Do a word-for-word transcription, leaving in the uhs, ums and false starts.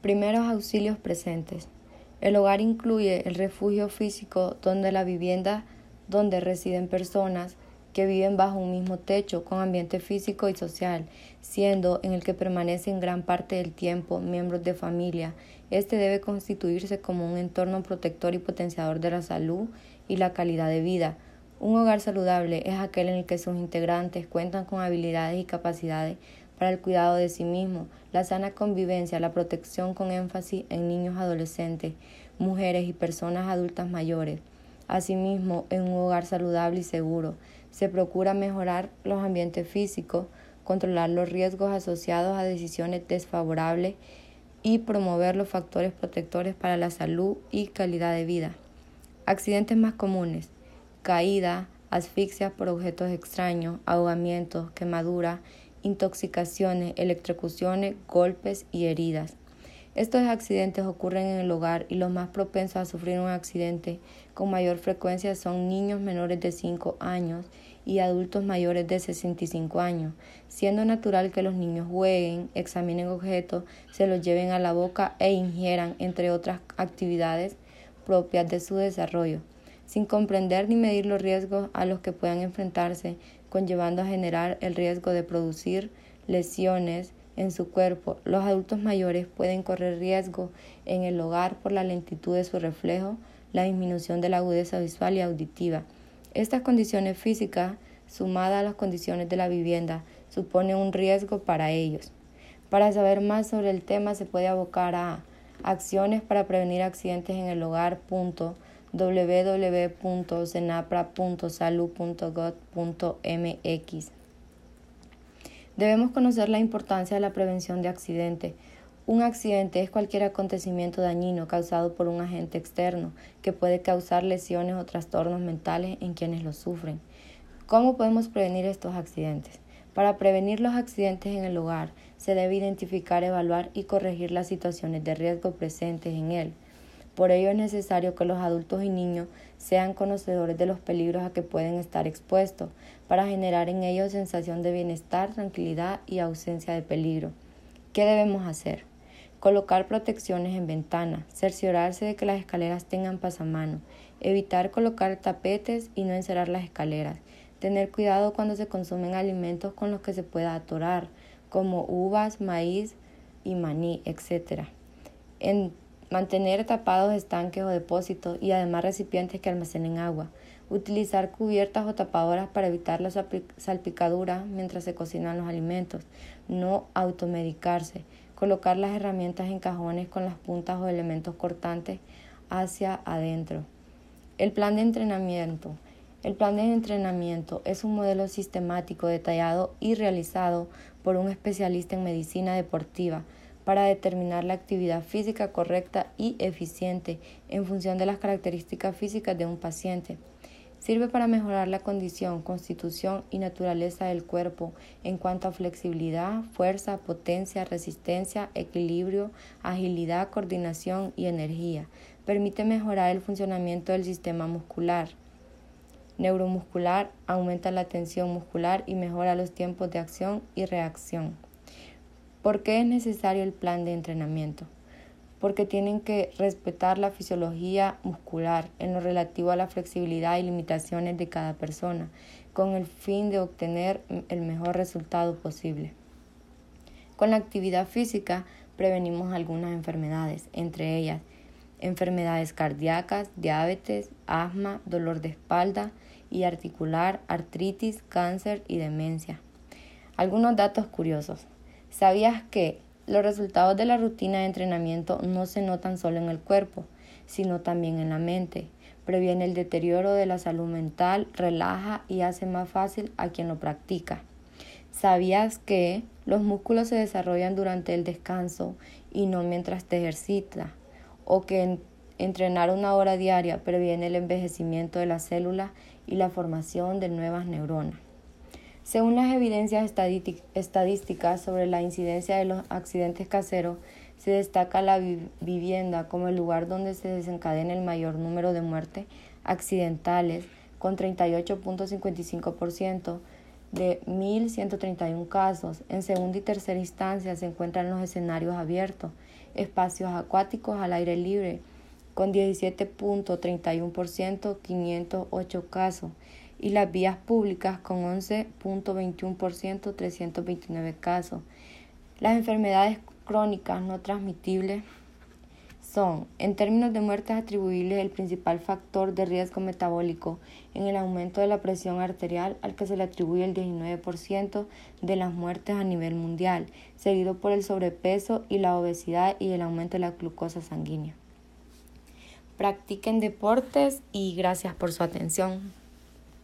Primeros auxilios presentes. El hogar incluye el refugio físico donde la vivienda donde residen personas que viven bajo un mismo techo con ambiente físico y social, siendo en el que permanecen gran parte del tiempo miembros de familia. Este debe constituirse como un entorno protector y potenciador de la salud y la calidad de vida. Un hogar saludable es aquel en el que sus integrantes cuentan con habilidades y capacidades para el cuidado de sí mismo, la sana convivencia, la protección con énfasis en niños, adolescentes, mujeres y personas adultas mayores. Asimismo, en un hogar saludable y seguro, se procura mejorar los ambientes físicos, controlar los riesgos asociados a decisiones desfavorables y promover los factores protectores para la salud y calidad de vida. Accidentes más comunes: caída, asfixia por objetos extraños, ahogamientos, quemaduras, intoxicaciones, electrocuciones, golpes y heridas. Estos accidentes ocurren en el hogar y los más propensos a sufrir un accidente con mayor frecuencia son niños menores de cinco años y adultos mayores de sesenta y cinco años, siendo natural que los niños jueguen, examinen objetos, se los lleven a la boca e ingieran, entre otras actividades propias de su desarrollo, sin comprender ni medir los riesgos a los que puedan enfrentarse, conllevando a generar el riesgo de producir lesiones en su cuerpo. Los adultos mayores pueden correr riesgo en el hogar por la lentitud de su reflejo, la disminución de la agudeza visual y auditiva. Estas condiciones físicas, sumadas a las condiciones de la vivienda, suponen un riesgo para ellos. Para saber más sobre el tema se puede abocar a Acciones para prevenir accidentes en el hogar punto w w w punto senapra punto salud punto gov punto m x. Debemos conocer la importancia de la prevención de accidentes. Un accidente es cualquier acontecimiento dañino causado por un agente externo que puede causar lesiones o trastornos mentales en quienes lo sufren. ¿Cómo podemos prevenir estos accidentes? Para prevenir los accidentes en el hogar, se debe identificar, evaluar y corregir las situaciones de riesgo presentes en él. Por ello es necesario que los adultos y niños sean conocedores de los peligros a que pueden estar expuestos, para generar en ellos sensación de bienestar, tranquilidad y ausencia de peligro. ¿Qué debemos hacer? Colocar protecciones en ventanas, cerciorarse de que las escaleras tengan pasamanos, evitar colocar tapetes y no encerar las escaleras, tener cuidado cuando se consumen alimentos con los que se pueda atorar, como uvas, maíz y maní, etcétera. En mantener tapados estanques o depósitos y además recipientes que almacenen agua. Utilizar cubiertas o tapadoras para evitar las salpicaduras mientras se cocinan los alimentos. No automedicarse. Colocar las herramientas en cajones con las puntas o elementos cortantes hacia adentro. El plan de entrenamiento. El plan de entrenamiento es un modelo sistemático, detallado y realizado por un especialista en medicina deportiva para determinar la actividad física correcta y eficiente en función de las características físicas de un paciente. Sirve para mejorar la condición, constitución y naturaleza del cuerpo en cuanto a flexibilidad, fuerza, potencia, resistencia, equilibrio, agilidad, coordinación y energía. Permite mejorar el funcionamiento del sistema muscular, neuromuscular, aumenta la tensión muscular y mejora los tiempos de acción y reacción. ¿Por qué es necesario el plan de entrenamiento? Porque tienen que respetar la fisiología muscular en lo relativo a la flexibilidad y limitaciones de cada persona, con el fin de obtener el mejor resultado posible. Con la actividad física prevenimos algunas enfermedades, entre ellas enfermedades cardíacas, diabetes, asma, dolor de espalda y articular, artritis, cáncer y demencia. Algunos datos curiosos. ¿Sabías que los resultados de la rutina de entrenamiento no se notan solo en el cuerpo, sino también en la mente? Previene el deterioro de la salud mental, relaja y hace más fácil a quien lo practica. ¿Sabías que los músculos se desarrollan durante el descanso y no mientras te ejercitas? ¿O que en, entrenar una hora diaria previene el envejecimiento de las células y la formación de nuevas neuronas? Según las evidencias estadísticas sobre la incidencia de los accidentes caseros, se destaca la vi- vivienda como el lugar donde se desencadena el mayor número de muertes accidentales, con treinta y ocho punto cincuenta y cinco por ciento, de mil ciento treinta y uno casos. En segunda y tercera instancia se encuentran los escenarios abiertos, espacios acuáticos al aire libre, con diecisiete punto treinta y uno por ciento, quinientos ocho casos, y las vías públicas con once punto veintiuno por ciento, trescientos veintinueve casos. Las enfermedades crónicas no transmitibles son, en términos de muertes atribuibles, el principal factor de riesgo metabólico en el aumento de la presión arterial, al que se le atribuye el diecinueve por ciento de las muertes a nivel mundial, seguido por el sobrepeso y la obesidad y el aumento de la glucosa sanguínea. Practiquen deportes y gracias por su atención.